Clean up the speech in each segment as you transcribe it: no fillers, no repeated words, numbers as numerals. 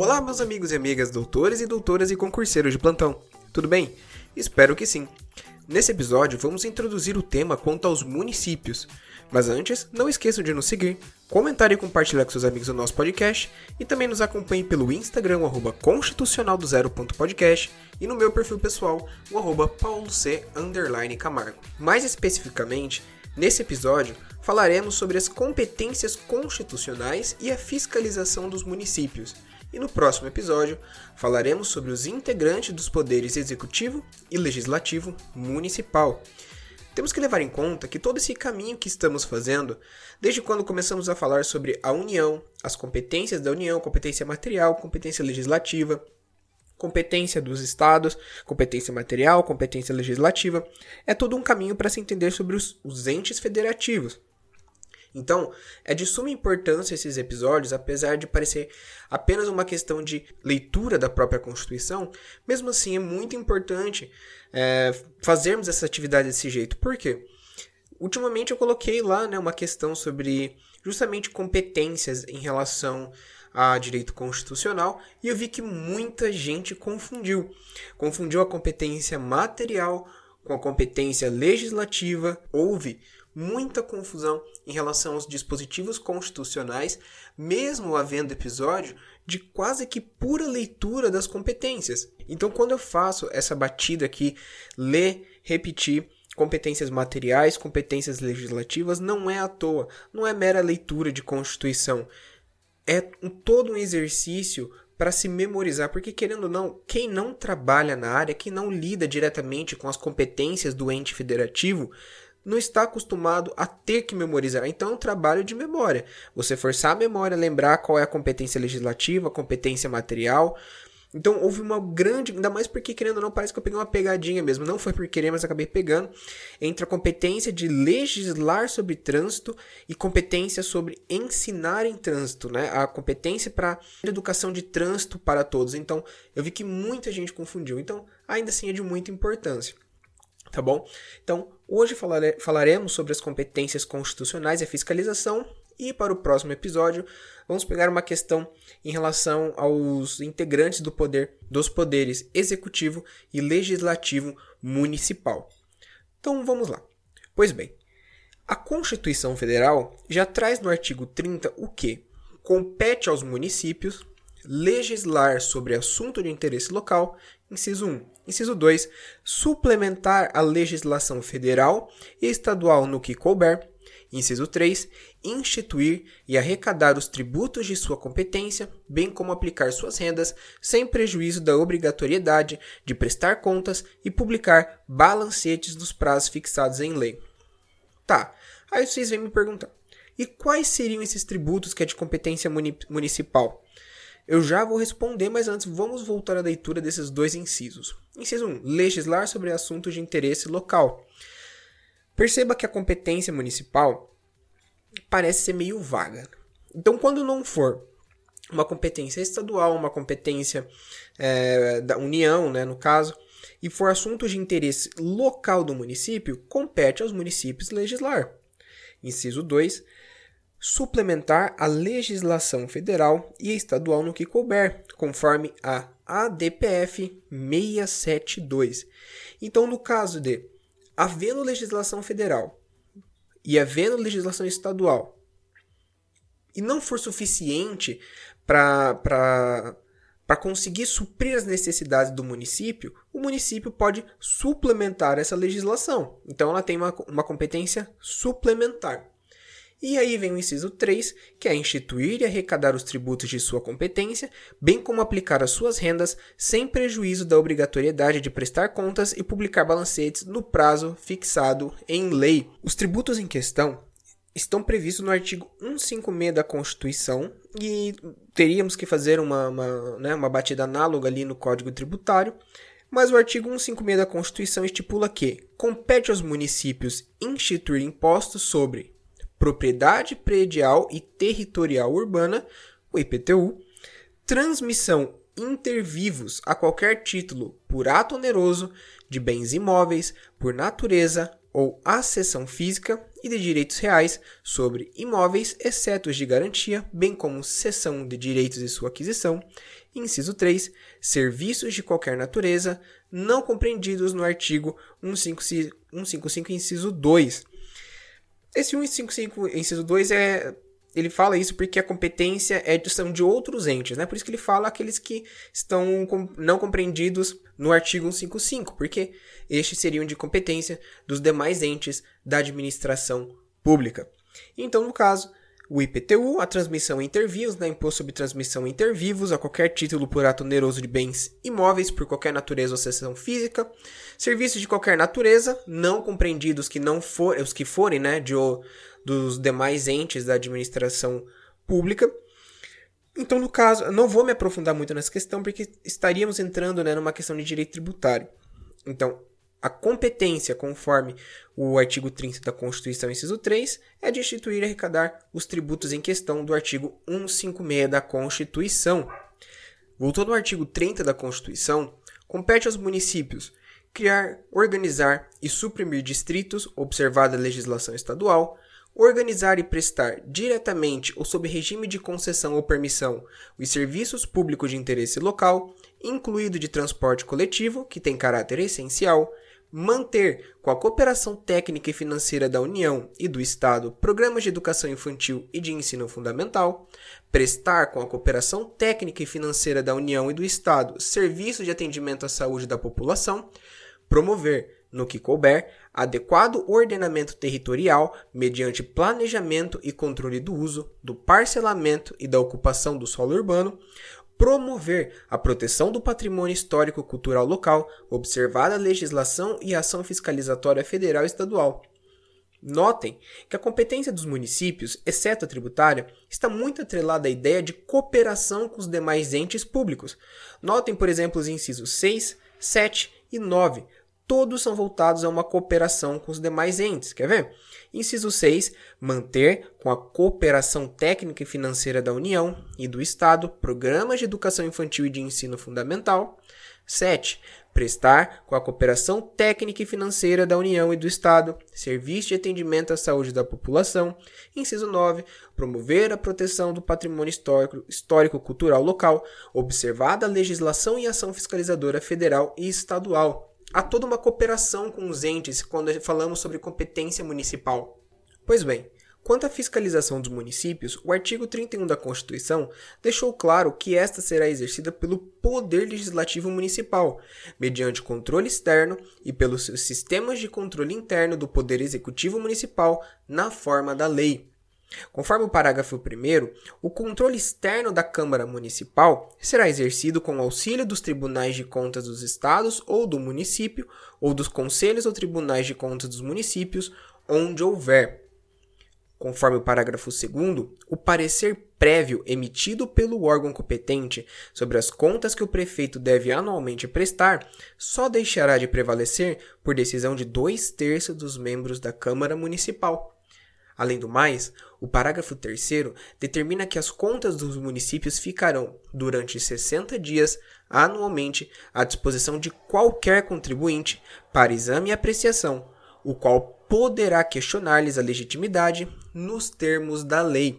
Olá, meus amigos e amigas, doutores e doutoras e concurseiros de plantão. Tudo bem? Espero que sim. Nesse episódio, vamos introduzir o tema quanto aos municípios. Mas antes, não esqueçam de nos seguir, comentar e compartilhar com seus amigos o nosso podcast e também nos acompanhe pelo Instagram, @constitucionaldozero.podcast e no meu perfil pessoal, o @pauloc_camargo. Mais especificamente, nesse episódio, falaremos sobre as competências constitucionais e a fiscalização dos municípios. E no próximo episódio, falaremos sobre os integrantes dos poderes executivo e legislativo municipal. Temos que levar em conta que todo esse caminho que estamos fazendo, desde quando começamos a falar sobre a União, as competências da União, competência material, competência legislativa, competência dos estados, competência material, competência legislativa, é todo um caminho para se entender sobre os entes federativos. Então, é de suma importância esses episódios, apesar de parecer apenas uma questão de leitura da própria Constituição, mesmo assim é muito importante fazermos essa atividade desse jeito. Por quê? Ultimamente eu coloquei lá uma questão sobre justamente competências em relação a direito constitucional e eu vi que muita gente confundiu a competência material com a competência legislativa. Houve muita confusão em relação aos dispositivos constitucionais, mesmo havendo episódio de quase que pura leitura das competências. Então, quando eu faço essa batida aqui, ler, repetir competências materiais, competências legislativas, não é à toa, não é mera leitura de Constituição. É todo um exercício para se memorizar, porque querendo ou não, quem não trabalha na área, quem não lida diretamente com as competências do ente federativo, não está acostumado a ter que memorizar. Então é um trabalho de memória. Você forçar a memória, lembrar qual é a competência legislativa, a competência material. Então houve uma grande, ainda mais porque querendo ou não, parece que eu peguei uma pegadinha mesmo. Não foi por querer, mas acabei pegando. Entre a competência de legislar sobre trânsito e competência sobre ensinar em trânsito, né? A competência para educação de trânsito para todos. Então eu vi que muita gente confundiu. Então ainda assim é de muita importância. Tá bom? Então, hoje falaremos sobre as competências constitucionais e a fiscalização e para o próximo episódio vamos pegar uma questão em relação aos integrantes dos poderes executivo e legislativo municipal. Então, vamos lá. Pois bem, a Constituição Federal já traz no artigo 30 o que? Compete aos municípios legislar sobre assunto de interesse local, inciso 1. Inciso 2. Suplementar a legislação federal e estadual no que couber. Inciso 3. Instituir e arrecadar os tributos de sua competência, bem como aplicar suas rendas, sem prejuízo da obrigatoriedade de prestar contas e publicar balancetes dos prazos fixados em lei. Tá, aí vocês vêm me perguntar, e quais seriam esses tributos que é de competência municipal? Eu já vou responder, mas antes vamos voltar à leitura desses dois incisos. Inciso 1. Legislar sobre assuntos de interesse local. Perceba que a competência municipal parece ser meio vaga. Então, quando não for uma competência estadual, uma competência da União, no caso, e for assuntos de interesse local do município, compete aos municípios legislar. Inciso 2. Suplementar a legislação federal e estadual no que couber, conforme a ADPF 672. Então, no caso de havendo legislação federal e havendo legislação estadual, e não for suficiente para conseguir suprir as necessidades do município, o município pode suplementar essa legislação. Então, ela tem uma competência suplementar. E aí vem o inciso 3, que é instituir e arrecadar os tributos de sua competência, bem como aplicar as suas rendas, sem prejuízo da obrigatoriedade de prestar contas e publicar balancetes no prazo fixado em lei. Os tributos em questão estão previstos no artigo 156 da Constituição e teríamos que fazer uma batida análoga ali no Código Tributário, mas o artigo 156 da Constituição estipula que compete aos municípios instituir impostos sobre propriedade predial e territorial urbana, o IPTU, transmissão intervivos a qualquer título por ato oneroso de bens imóveis, por natureza ou acessão física e de direitos reais sobre imóveis, exceto os de garantia, bem como cessão de direitos de sua aquisição, Inciso 3. Serviços de qualquer natureza não compreendidos no artigo 155, inciso 2. Esse 155, inciso 2, ele fala isso porque a competência são de outros entes, né? Por isso que ele fala aqueles que estão não compreendidos no artigo 155, porque estes seriam de competência dos demais entes da administração pública. Então, no caso, o IPTU, a transmissão intervivos, né? Imposto sobre transmissão intervivos, a qualquer título por ato oneroso de bens imóveis, por qualquer natureza ou seção física, serviços de qualquer natureza, não compreendidos os que forem, né? Dos demais entes da administração pública. Então, no caso, eu não vou me aprofundar muito nessa questão, porque estaríamos entrando, né, numa questão de direito tributário. Então, a competência, conforme o artigo 30 da Constituição, inciso 3, é de instituir e arrecadar os tributos em questão do artigo 156 da Constituição. Voltando ao artigo 30 da Constituição, compete aos municípios criar, organizar e suprimir distritos, observada a legislação estadual, organizar e prestar diretamente ou sob regime de concessão ou permissão os serviços públicos de interesse local, incluído de transporte coletivo, que tem caráter essencial, manter, com a cooperação técnica e financeira da União e do Estado, programas de educação infantil e de ensino fundamental, prestar, com a cooperação técnica e financeira da União e do Estado, serviços de atendimento à saúde da população, promover, no que couber, adequado ordenamento territorial mediante planejamento e controle do uso, do parcelamento e da ocupação do solo urbano, promover a proteção do patrimônio histórico-cultural local, observada a legislação e a ação fiscalizatória federal e estadual. Notem que a competência dos municípios, exceto a tributária, está muito atrelada à ideia de cooperação com os demais entes públicos. Notem, por exemplo, os incisos 6, 7 e 9. Todos são voltados a uma cooperação com os demais entes. Quer ver? Inciso 6. Manter, com a cooperação técnica e financeira da União e do Estado, programas de educação infantil e de ensino fundamental. 7. Prestar, com a cooperação técnica e financeira da União e do Estado, serviço de atendimento à saúde da população. Inciso 9. Promover a proteção do patrimônio histórico-cultural local, observada a legislação e ação fiscalizadora federal e estadual. Há toda uma cooperação com os entes quando falamos sobre competência municipal. Pois bem, quanto à fiscalização dos municípios, o artigo 31 da Constituição deixou claro que esta será exercida pelo Poder Legislativo Municipal, mediante controle externo e pelos sistemas de controle interno do Poder Executivo Municipal na forma da lei. Conforme o parágrafo 1º, o controle externo da Câmara Municipal será exercido com o auxílio dos tribunais de contas dos estados ou do município, ou dos conselhos ou tribunais de contas dos municípios, onde houver. Conforme o parágrafo 2º, o parecer prévio emitido pelo órgão competente sobre as contas que o prefeito deve anualmente prestar só deixará de prevalecer por decisão de 2/3 dos membros da Câmara Municipal. Além do mais, o parágrafo 3º determina que as contas dos municípios ficarão, durante 60 dias, anualmente, à disposição de qualquer contribuinte para exame e apreciação, o qual poderá questionar-lhes a legitimidade nos termos da lei.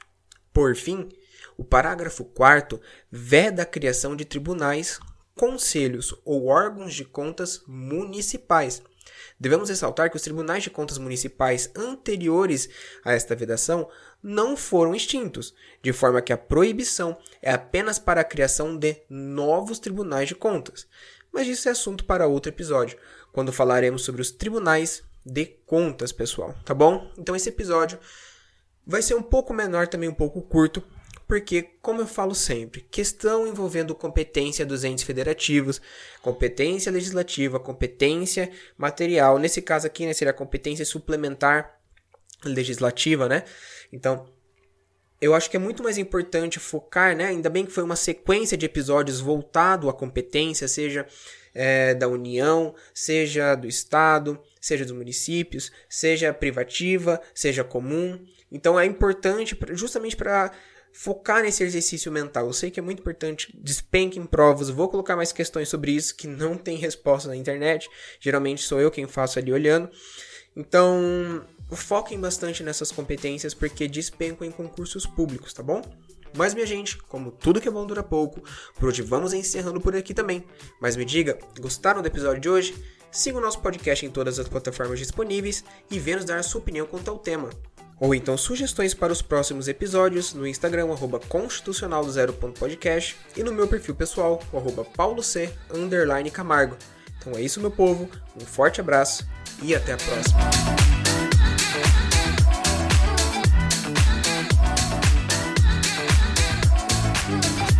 Por fim, o parágrafo 4º veda a criação de tribunais, conselhos ou órgãos de contas municipais. Devemos ressaltar que os tribunais de contas municipais anteriores a esta vedação não foram extintos, de forma que a proibição é apenas para a criação de novos tribunais de contas. Mas isso é assunto para outro episódio, quando falaremos sobre os tribunais de contas, pessoal, tá bom? Então esse episódio vai ser um pouco menor, também um pouco curto, porque, como eu falo sempre, questão envolvendo competência dos entes federativos, competência legislativa, competência material, nesse caso aqui, né, seria a competência suplementar legislativa, né? Então, eu acho que é muito mais importante focar, né? Ainda bem que foi uma sequência de episódios voltado à competência, seja da União, seja do Estado, seja dos municípios, seja privativa, seja comum. Então, é importante justamente para focar nesse exercício mental. Eu sei que é muito importante, despenque em provas, vou colocar mais questões sobre isso que não tem resposta na internet, geralmente sou eu quem faço ali olhando. Então, foquem bastante nessas competências porque despencam em concursos públicos, tá bom? Mas minha gente, como tudo que é bom dura pouco, por hoje vamos encerrando por aqui também. Mas me diga, gostaram do episódio de hoje? Siga o nosso podcast em todas as plataformas disponíveis e venha nos dar a sua opinião quanto ao tema. Ou então sugestões para os próximos episódios no Instagram, @constitucionaldozero.podcast e no meu perfil pessoal, @pauloc_camargo. Então é isso, meu povo, um forte abraço e até a próxima.